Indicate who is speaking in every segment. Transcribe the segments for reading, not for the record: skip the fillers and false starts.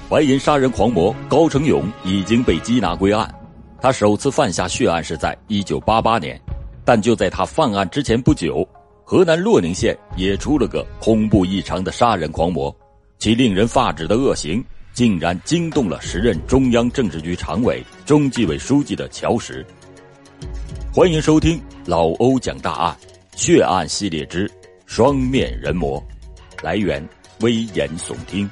Speaker 1: 淮阴杀人狂魔高成勇已经被缉拿归案。他首次犯下血案是在1988年，但就在他犯案之前不久，河南洛宁县也出了个恐怖异常的杀人狂魔，其令人发指的恶行竟然惊动了时任中央政治局常委、中纪委书记的乔石。欢迎收听老欧讲大案血案系列之双面人魔，来源危言耸听。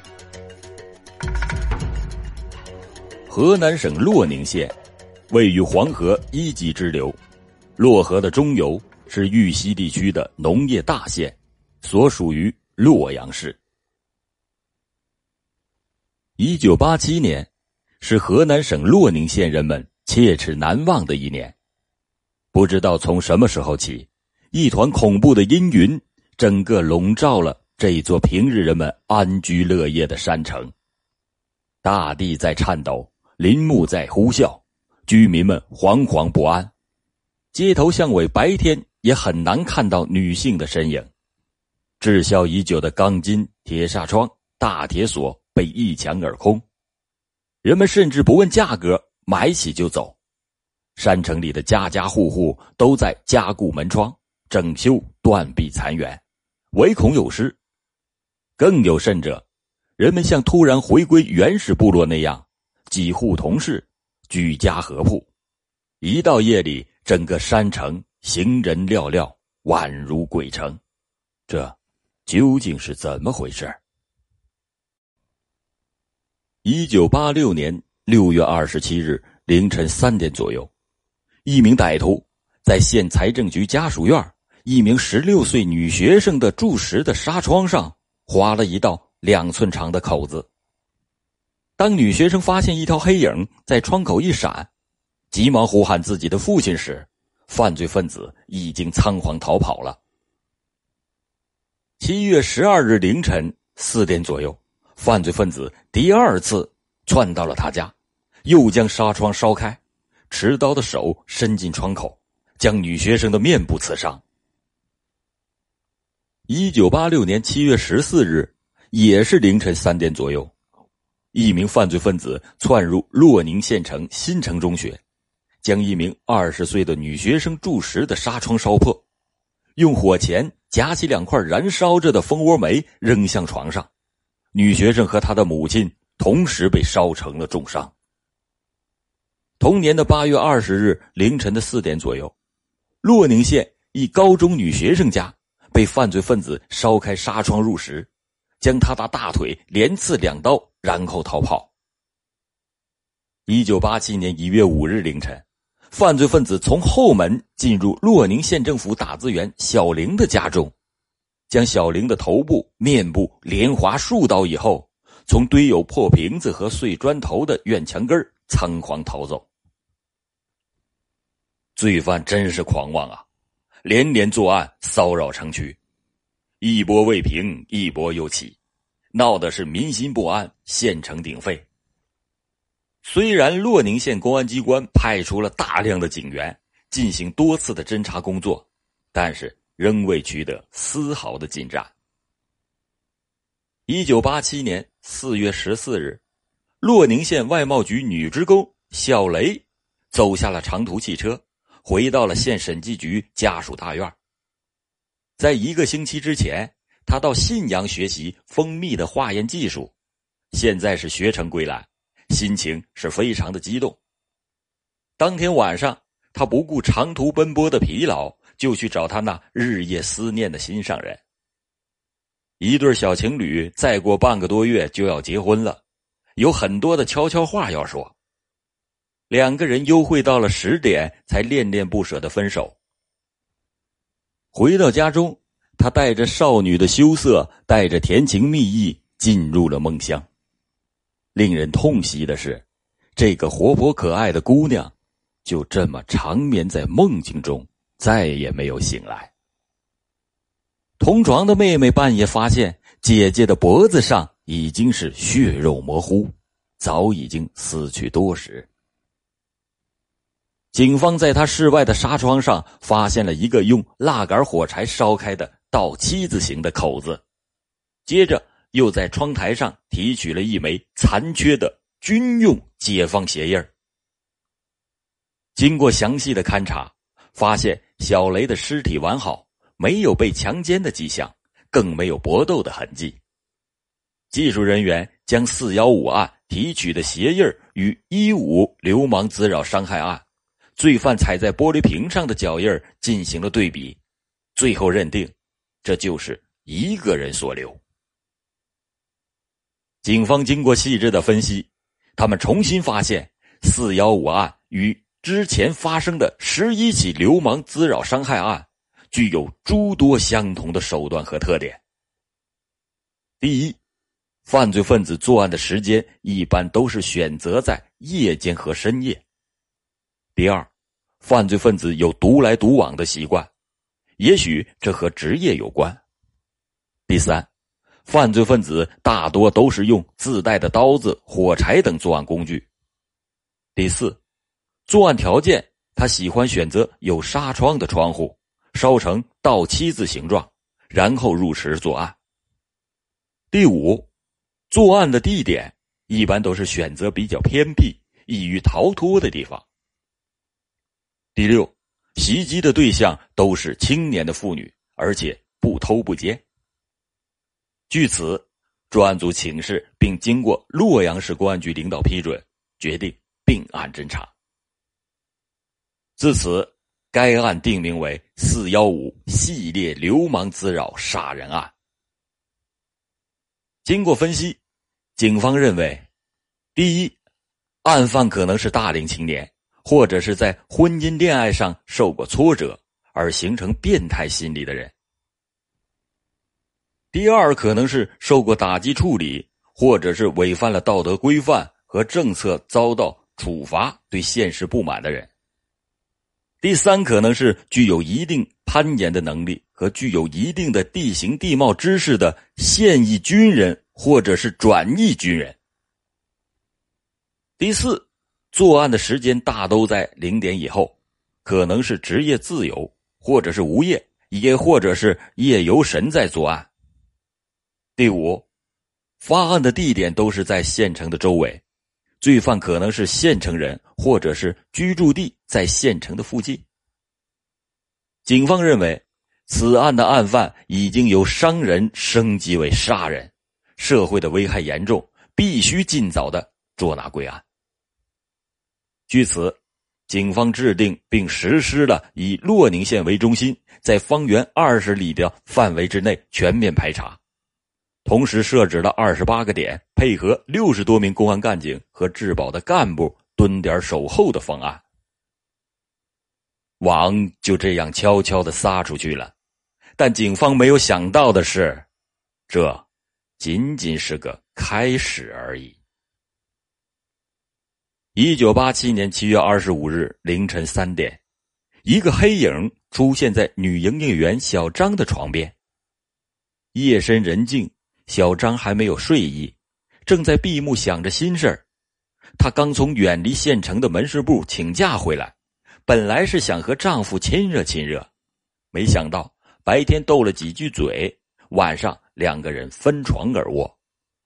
Speaker 1: 河南省洛宁县位于黄河一级支流，洛河的中游是豫西地区的农业大县，所属于洛阳市。1987年是河南省洛宁县人们切齿难忘的一年。不知道从什么时候起，一团恐怖的阴云整个笼罩了这座平日人们安居乐业的山城。大地在颤抖，林木在呼啸，居民们惶惶不安。街头巷尾白天也很难看到女性的身影。滞销已久的钢筋、铁纱窗、大铁锁被一抢而空，人们甚至不问价格，买起就走。山城里的家家户户都在加固门窗，整修断壁残垣，唯恐有失。更有甚者，人们像突然回归原始部落那样，几户同室，居家合铺。一到夜里，整个山城行人寥寥，宛如鬼城。这究竟是怎么回事？1986年6月27日凌晨3点左右，一名歹徒在县财政局家属院一名16岁女学生的住室的纱窗上划了一道2寸长的口子。当女学生发现一条黑影在窗口一闪，急忙呼喊自己的父亲时，犯罪分子已经仓皇逃跑了。7月12日凌晨4点左右，犯罪分子第二次窜到了他家，又将纱窗烧开，持刀的手伸进窗口，将女学生的面部刺伤。1986年7月14日，也是凌晨3点左右，一名犯罪分子窜入洛宁县城新城中学，将一名20岁的女学生住室的纱窗烧破，用火钳夹起2块燃烧着的蜂窝煤扔向床上，女学生和她的母亲同时被烧成了重伤。同年的8月20日凌晨的4点左右，洛宁县一高中女学生家被犯罪分子烧开纱窗入室，将她的大腿连刺2刀，然后逃跑。1987年1月5日凌晨，犯罪分子从后门进入洛宁县政府打字员小玲的家中，将小玲的头部、面部连划数刀以后，从堆有破瓶子和碎砖头的院墙根仓皇逃走。罪犯真是狂妄啊，连连作案，骚扰城区，一波未平，一波又起，闹的是民心不安，县城鼎沸。虽然洛宁县公安机关派出了大量的警员进行多次的侦查工作，但是仍未取得丝毫的进展。1987年4月14日，洛宁县外贸局女职工小雷走下了长途汽车，回到了县审计局家属大院。在1个星期之前，他到信阳学习蜂蜜的化验技术，现在是学成归来，心情是非常的激动。当天晚上，他不顾长途奔波的疲劳，就去找他那日夜思念的心上人。一对小情侣再过半个多月就要结婚了，有很多的悄悄话要说。2个人幽会到了10点才恋恋不舍的分手。回到家中，他带着少女的羞涩，带着甜情蜜意进入了梦乡。令人痛惜的是，这个活泼可爱的姑娘就这么长眠在梦境中，再也没有醒来。同床的妹妹半夜发现姐姐的脖子上已经是血肉模糊，早已经死去多时。警方在他室外的纱窗上发现了一个用蜡杆火柴烧开的倒七字形的口子，接着又在窗台上提取了一枚残缺的军用解放鞋印。经过详细的勘查，发现小雷的尸体完好，没有被强奸的迹象，更没有搏斗的痕迹。技术人员将415案提取的鞋印与15流氓滋扰伤害案罪犯踩在玻璃瓶上的脚印进行了对比，最后认定这就是一个人所留。警方经过细致的分析，他们重新发现415案与之前发生的11起流氓滋扰伤害案具有诸多相同的手段和特点。第一，犯罪分子作案的时间一般都是选择在夜间和深夜。第二，犯罪分子有独来独往的习惯，也许这和职业有关。第三，犯罪分子大多都是用自带的刀子、火柴等作案工具。第四，作案条件他喜欢选择有纱窗的窗户，烧成倒7字形状，然后入室作案。第五，作案的地点一般都是选择比较偏僻、易于逃脱的地方。第六，袭击的对象都是青年的妇女，而且不偷不奸。据此，专案组请示并经过洛阳市公安局领导批准，决定并案侦查。自此，该案定名为415系列流氓滋扰杀人案。经过分析，警方认为，第一，案犯可能是大龄青年，或者是在婚姻恋爱上受过挫折而形成变态心理的人。第二，可能是受过打击处理，或者是违反了道德规范和政策遭到处罚，对现实不满的人。第三，可能是具有一定攀岩的能力和具有一定的地形地貌知识的现役军人或者是转役军人。第四，作案的时间大都在0点以后，可能是职业自由，或者是无业，也或者是夜游神在作案。第五，发案的地点都是在县城的周围，罪犯可能是县城人，或者是居住地在县城的附近。警方认为，此案的案犯已经由伤人升级为杀人，社会的危害严重，必须尽早的捉拿归案。据此，警方制定并实施了以洛宁县为中心，在方圆20里的范围之内全面排查，同时设置了28个点，配合60多名公安干警和治保的干部蹲点守候的方案。网就这样悄悄地撒出去了，但警方没有想到的是，这仅仅是个开始而已。1987年7月25日凌晨3点，一个黑影出现在女营业员小张的床边。夜深人静，小张还没有睡意，正在闭目想着心事儿。她刚从远离县城的门市部请假回来，本来是想和丈夫亲热亲热，没想到白天斗了几句嘴，晚上2个人分床而卧。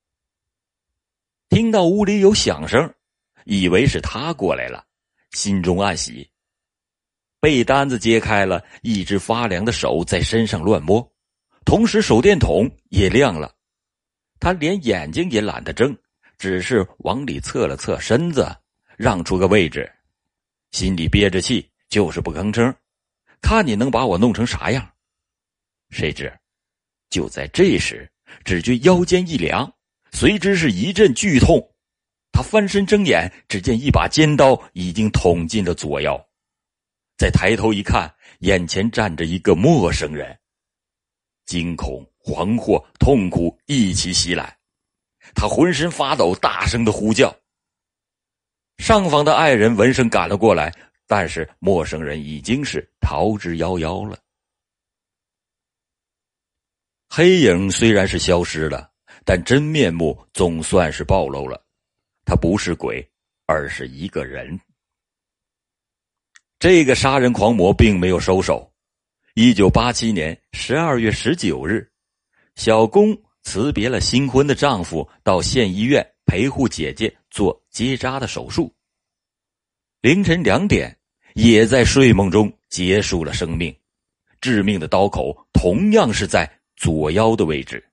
Speaker 1: 听到屋里有响声，以为是他过来了，心中暗喜。被单子揭开了，一只发凉的手在身上乱摸，同时手电筒也亮了。他连眼睛也懒得睁，只是往里侧了侧身子，让出个位置，心里憋着气，就是不吭声，看你能把我弄成啥样。谁知就在这时，只觉腰间一凉，随之是一阵剧痛。他翻身睁眼，只见一把尖刀已经捅进了左腰。再抬头一看，眼前站着一个陌生人。惊恐、惶惑、痛苦一起袭来，他浑身发抖，大声的呼叫。上房的爱人闻声赶了过来，但是陌生人已经是逃之夭夭了。黑影虽然是消失了，但真面目总算是暴露了。他不是鬼，而是一个人。这个杀人狂魔并没有收手。1987年12月19日，小龚辞别了新婚的丈夫，到县医院陪护姐姐做结扎的手术。凌晨2点，也在睡梦中结束了生命，致命的刀口同样是在左腰的位置。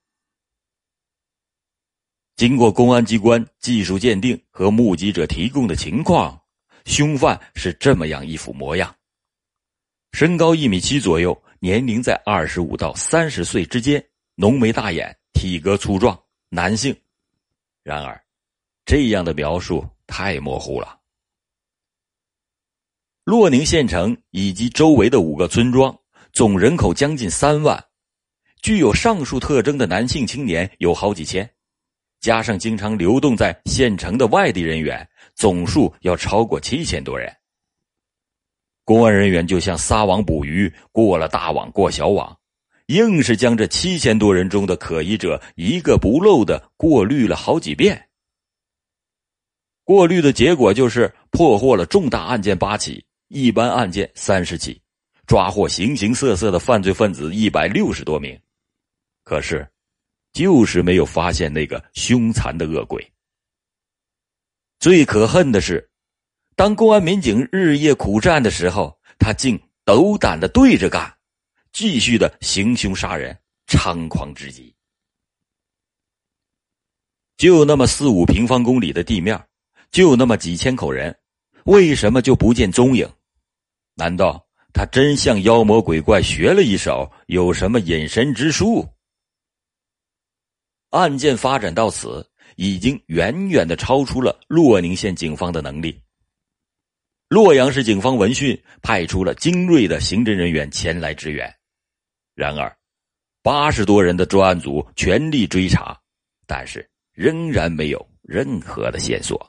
Speaker 1: 经过公安机关技术鉴定和目击者提供的情况，凶犯是这么样一副模样：身高1.7米左右，年龄在25到30岁之间，浓眉大眼，体格粗壮，男性。然而，这样的描述太模糊了。洛宁县城以及周围的5个村庄，总人口将近3万，具有上述特征的男性青年有好几千，加上经常流动在县城的外地人员，总数要超过7000多人。公安人员就像撒网捕鱼，过了大网过小网，硬是将这7000多人中的可疑者一个不漏的过滤了好几遍。过滤的结果就是破获了重大案件8起，一般案件30起，抓获形形色色的犯罪分子160多名。可是就是没有发现那个凶残的恶鬼。最可恨的是，当公安民警日夜苦战的时候，他竟斗胆地对着干，继续的行凶杀人，猖狂至极。就那么4-5平方公里的地面，就那么几千口人，为什么就不见踪影？难道他真向妖魔鬼怪学了一手，有什么隐身之术？案件发展到此，已经远远地超出了洛宁县警方的能力。洛阳市警方闻讯，派出了精锐的刑侦人员前来支援。然而80多人的专案组全力追查，但是仍然没有任何的线索。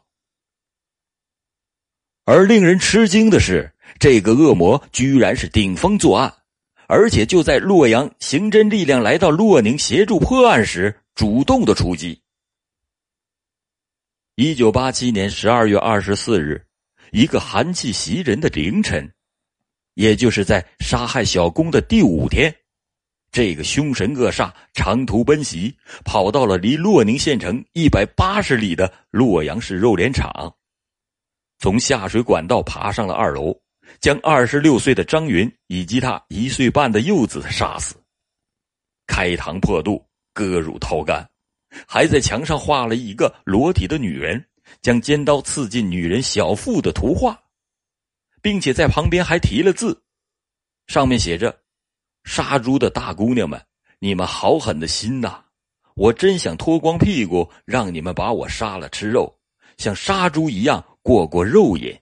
Speaker 1: 而令人吃惊的是，这个恶魔居然是顶风作案，而且就在洛阳刑侦力量来到洛宁协助破案时，主动的出击。1987年12月24日，一个寒气袭人的凌晨，也就是在杀害小公的第5天，这个凶神恶煞长途奔袭，跑到了离洛宁县城180里的洛阳市肉联厂，从下水管道爬上了2楼，将26岁的张云以及他1岁半的幼子杀死，开膛破肚，割乳掏肝，还在墙上画了一个裸体的女人，将尖刀刺进女人小腹的图画，并且在旁边还题了字，上面写着：杀猪的大姑娘们，你们好狠的心呐！我真想脱光屁股让你们把我杀了吃肉，像杀猪一样过过肉瘾。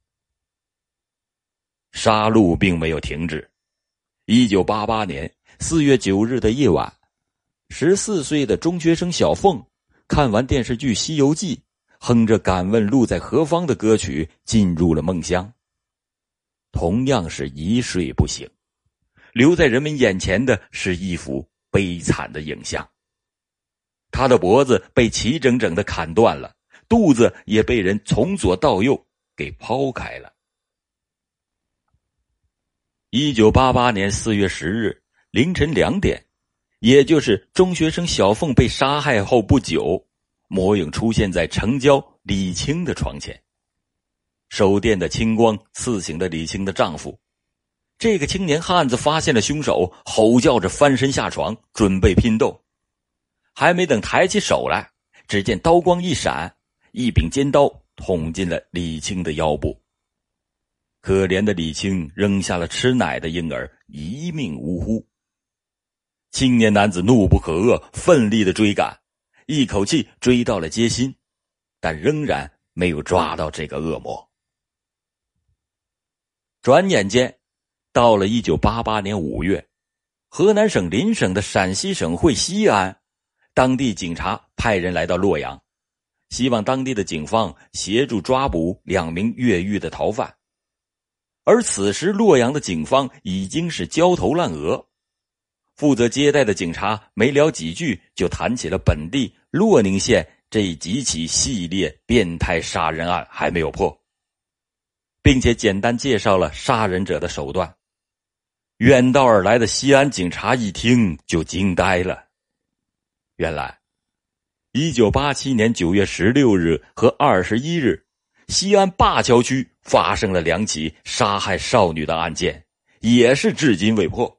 Speaker 1: 杀戮并没有停止。1988年4月9日的夜晚，14岁的中学生小凤看完电视剧《西游记》，哼着敢问路在何方的歌曲进入了梦乡。同样是一睡不醒，留在人们眼前的是一幅悲惨的影像。他的脖子被齐整整的砍断了，肚子也被人从左到右给剖开了。1988年4月10日凌晨2点，也就是中学生小凤被杀害后不久，魔影出现在城郊李青的床前。手电的青光刺醒了李青的丈夫。这个青年汉子发现了凶手，吼叫着翻身下床，准备拼斗。还没等抬起手来，只见刀光一闪，一柄尖刀捅进了李青的腰部。可怜的李青扔下了吃奶的婴儿，一命呜呼。青年男子怒不可遏，奋力的追赶，一口气追到了街心，但仍然没有抓到这个恶魔。转眼间到了1988年5月，河南省邻省的陕西省会西安，当地警察派人来到洛阳，希望当地的警方协助抓捕2名越狱的逃犯。而此时洛阳的警方已经是焦头烂额，负责接待的警察没聊几句就谈起了本地洛宁县这几起系列变态杀人案还没有破，并且简单介绍了杀人者的手段。远道而来的西安警察一听就惊呆了。 原来1987年9月16日和21日，西安灞桥区发生了2起杀害少女的案件，也是至今未破。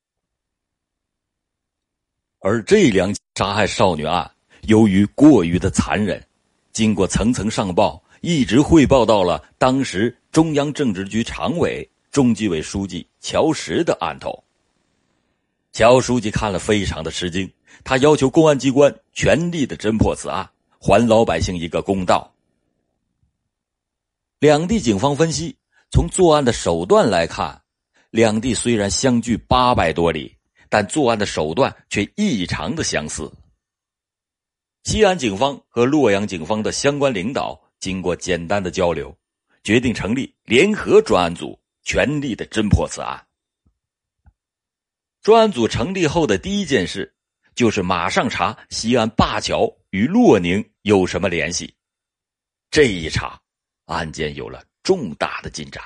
Speaker 1: 而这2起杀害少女案由于过于的残忍，经过层层上报，一直汇报到了当时中央政治局常委、中纪委书记乔石的案头。乔书记看了非常的吃惊，他要求公安机关全力的侦破此案，还老百姓一个公道。两地警方分析，从作案的手段来看，两地虽然相距800多里，但作案的手段却异常的相似。西安警方和洛阳警方的相关领导经过简单的交流，决定成立联合专案组，全力的侦破此案。专案组成立后的第一件事，就是马上查西安灞桥与洛宁有什么联系。这一查，案件有了重大的进展。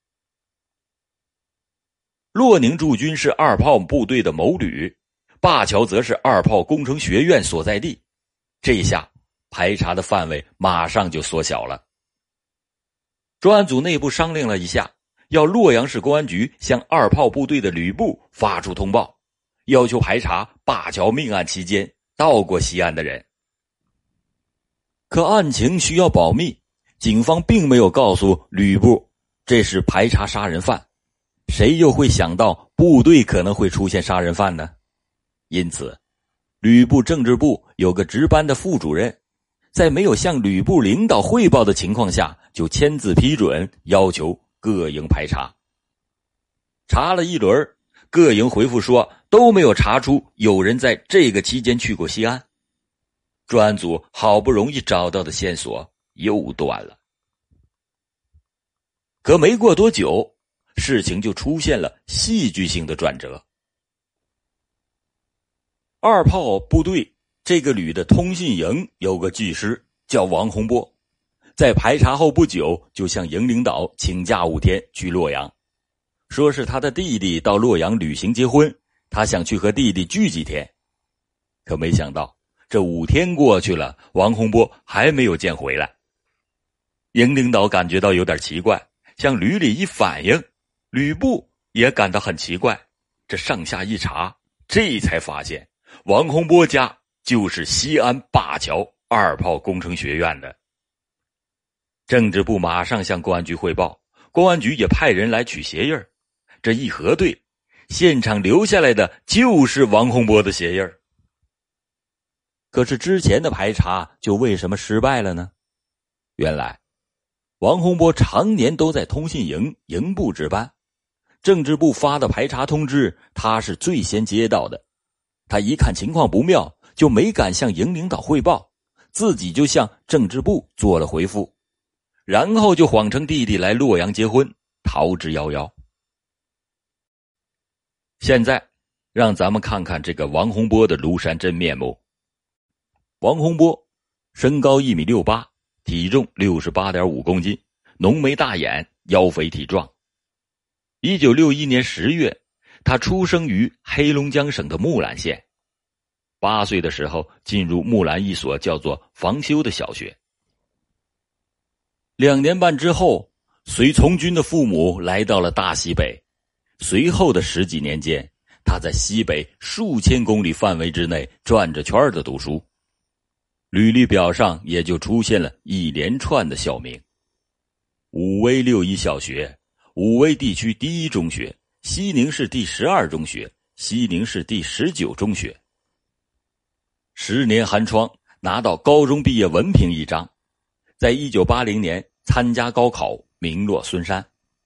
Speaker 1: 洛宁驻军是2炮部队的某旅，灞桥则是2炮工程学院所在地，这一下排查的范围马上就缩小了。专案组内部商量了一下，要洛阳市公安局向2炮部队的旅部发出通报，要求排查灞桥命案期间到过西安的人。可案情需要保密，警方并没有告诉旅部这是排查杀人犯，谁又会想到部队可能会出现杀人犯呢？因此旅部政治部有个值班的副主任，在没有向旅部领导汇报的情况下，就签字批准要求各营排查。查了一轮，各营回复说都没有查出有人在这个期间去过西安。专案组好不容易找到的线索又断了。可没过多久，事情就出现了戏剧性的转折。2炮部队这个旅的通信营有个技师叫王洪波，在排查后不久就向营领导请假5天去洛阳，说是他的弟弟到洛阳旅行结婚，他想去和弟弟聚几天。可没想到这5天过去了，王洪波还没有见回来。营领导感觉到有点奇怪，向旅里一反映，旅部也感到很奇怪。这上下一查，这才发现王洪波家就是西安灞桥2炮工程学院的。政治部马上向公安局汇报，公安局也派人来取鞋印。这一核对，现场留下来的就是王洪波的鞋印。可是之前的排查就为什么失败了呢？原来王洪波常年都在通信营营部值班，政治部发的排查通知他是最先接到的。他一看情况不妙，就没敢向营领导汇报，自己就向政治部做了回复，然后就谎称弟弟来洛阳结婚，逃之夭夭。现在让咱们看看这个王洪波的庐山真面目。王洪波身高1.68米，体重68.5公斤，浓眉大眼，腰肥体壮。1961年10月，他出生于黑龙江省的木兰县。8岁的时候进入木兰一所叫做房修的小学。2年半之后，随从军的父母来到了大西北。随后的10几年间，他在西北数千公里范围之内转着圈的读书。履历表上也就出现了一连串的校名：武威6一小学、武威地区第1中学、西宁市第12中学、西宁市第19中学。10年寒窗，拿到高中毕业文凭1张，在1980年参加高考，名落孙山。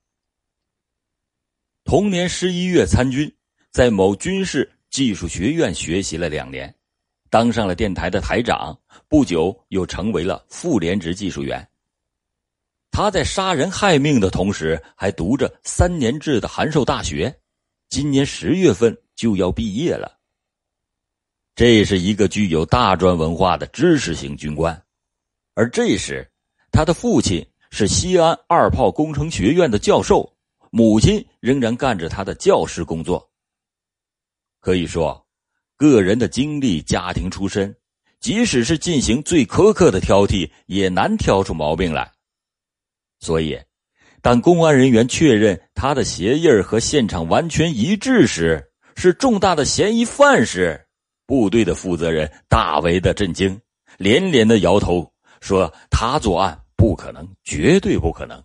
Speaker 1: 同年11月参军，在某军事技术学院学习了2年，当上了电台的台长，不久又成为了副连职技术员。他在杀人害命的同时，还读着3年制的函授大学，今年10月份就要毕业了。这是一个具有大专文化的知识型军官。而这时他的父亲是西安2炮工程学院的教授，母亲仍然干着他的教师工作。可以说个人的经历、家庭出身，即使是进行最苛刻的挑剔，也难挑出毛病来。所以，当公安人员确认他的鞋印和现场完全一致时，是重大的嫌疑犯时，部队的负责人大为的震惊，连连的摇头，说他作案不可能，绝对不可能。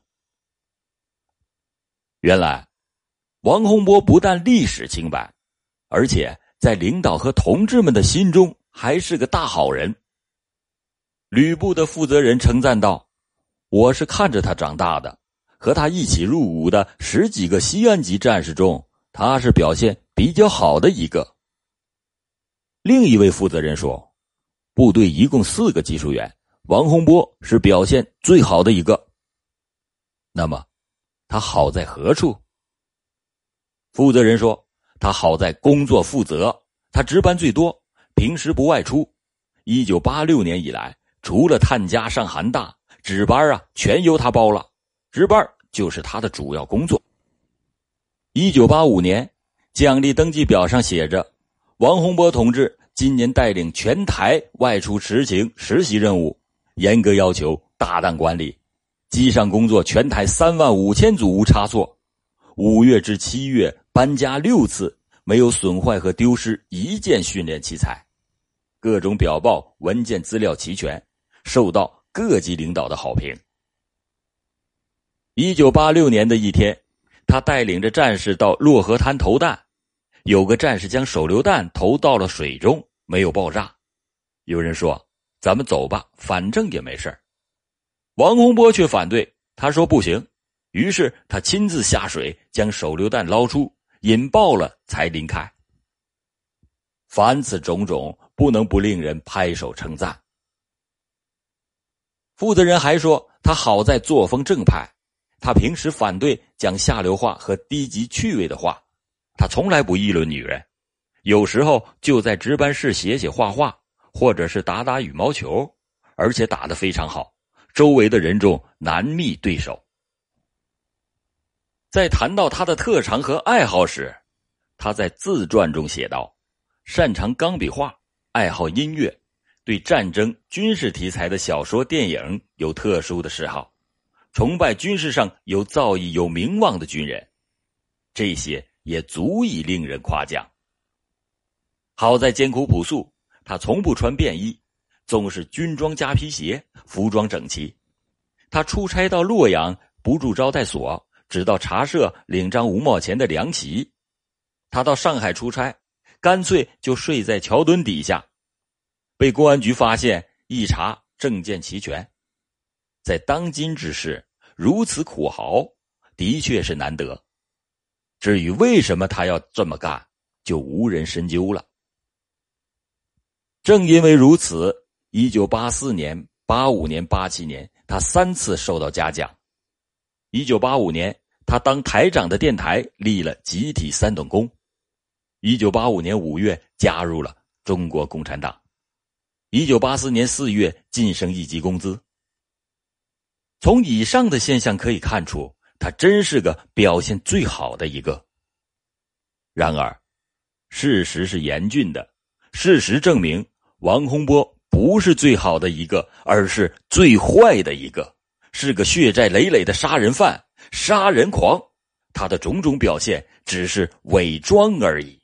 Speaker 1: 原来，王洪波不但历史清白，而且在领导和同志们的心中还是个大好人。旅部的负责人称赞道：“我是看着他长大的，和他一起入伍的10几个西安籍战士中，他是表现比较好的一个。”另一位负责人说：“部队一共4个技术员，王洪波是表现最好的一个。”那么，他好在何处？负责人说，他好在工作负责，他值班最多，平时不外出。1986年以来，除了探家上韩大，值班全由他包了，值班就是他的主要工作。1985年，奖励登记表上写着，王洪波同志今年带领全台外出执行实习任务，严格要求大胆管理，机上工作全台35000组无差错，5月至7月搬家6次，没有损坏和丢失1件训练器材，各种表报文件资料齐全，受到各级领导的好评。1986年的一天，他带领着战士到洛河滩投弹，有个战士将手榴弹投到了水中，没有爆炸。有人说，咱们走吧，反正也没事。王洪波却反对，他说不行，于是他亲自下水将手榴弹捞出，引爆了才离开。凡此种种，不能不令人拍手称赞。负责人还说，他好在作风正派，他平时反对讲下流话和低级趣味的话，他从来不议论女人，有时候就在值班室写写画画，或者是打打羽毛球，而且打得非常好，周围的人中难觅对手。在谈到他的特长和爱好时，他在自传中写道，擅长钢笔画，爱好音乐，对战争军事题材的小说电影有特殊的嗜好，崇拜军事上有造诣有名望的军人，这些也足以令人夸奖。好在艰苦朴素，他从不穿便衣，总是军装加皮鞋，服装整齐。他出差到洛阳，不住招待所，只到茶社领张5毛钱的凉席。他到上海出差，干脆就睡在桥墩底下。被公安局发现，一查证件齐全。在当今之世，如此苦豪，的确是难得。至于为什么他要这么干，就无人深究了。正因为如此，1984年、85年、87年，他3次受到嘉奖。1985年，他当台长的电台立了集体3等功。1985年5月加入了中国共产党。1984年4月晋升1级工资。从以上的现象可以看出，他真是个表现最好的一个。然而，事实是严峻的，事实证明，王洪波不是最好的一个，而是最坏的一个，是个血债累累的杀人犯、杀人狂。他的种种表现只是伪装而已。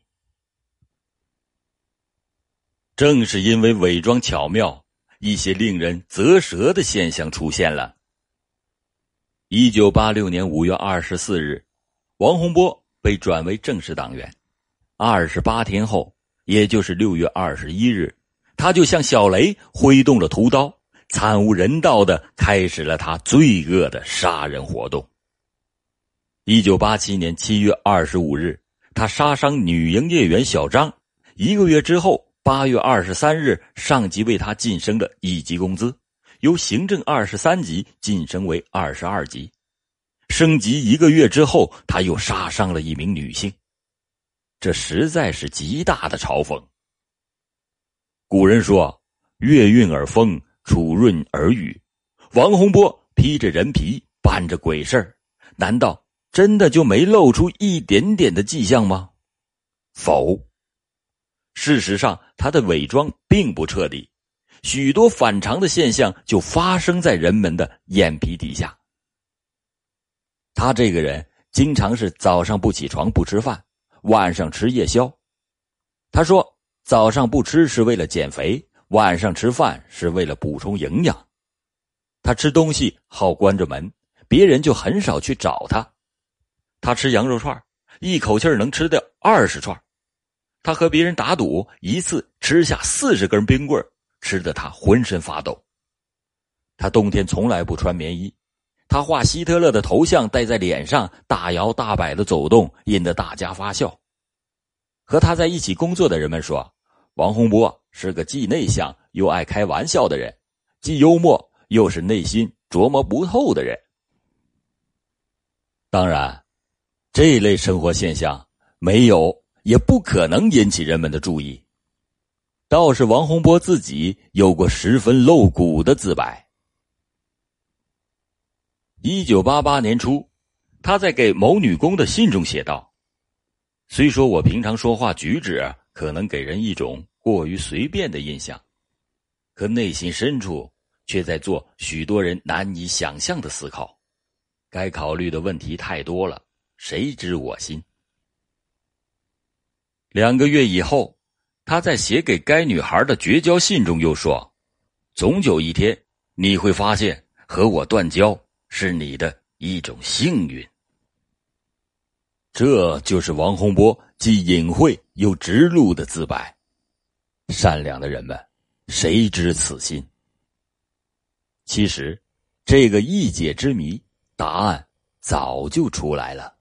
Speaker 1: 正是因为伪装巧妙，一些令人啧舌的现象出现了。1986年5月24日，王洪波被转为正式党员。28天后，也就是6月21日，他就像小雷挥动了屠刀，惨无人道地开始了他罪恶的杀人活动。1987年7月25日，他杀伤女营业员小张，1个月之后8月23日，上级为他晋升了1级工资，由行政23级晋升为22级。升级1个月之后，他又杀伤了1名女性，这实在是极大的嘲讽。古人说，月运而风，楚润而雨。王洪波披着人皮，办着鬼事儿，难道真的就没露出一点点的迹象吗？否。 事实上，他的伪装并不彻底，许多反常的现象就发生在人们的眼皮底下。他这个人经常是早上不起床不吃饭，晚上吃夜宵。他说早上不吃是为了减肥，晚上吃饭是为了补充营养。他吃东西好关着门，别人就很少去找他。他吃羊肉串，一口气能吃掉20串。他和别人打赌，一次吃下40根冰棍，吃得他浑身发抖。他冬天从来不穿棉衣，他画希特勒的头像戴在脸上，大摇大摆地走动，引得大家发笑。和他在一起工作的人们说，王洪波是个既内向又爱开玩笑的人，既幽默又是内心琢磨不透的人。当然，这类生活现象没有也不可能引起人们的注意。倒是王洪波自己有过十分露骨的自白。1988年初，他在给某女工的信中写道，虽说我平常说话举止可能给人一种过于随便的印象，可内心深处却在做许多人难以想象的思考，该考虑的问题太多了，谁知我心。2个月以后，他在写给该女孩的绝交信中又说，总有一天你会发现和我断交是你的一种幸运。这就是王洪波既隐晦又直露的自白。善良的人们，谁知此心？其实，这个一解之谜，答案早就出来了。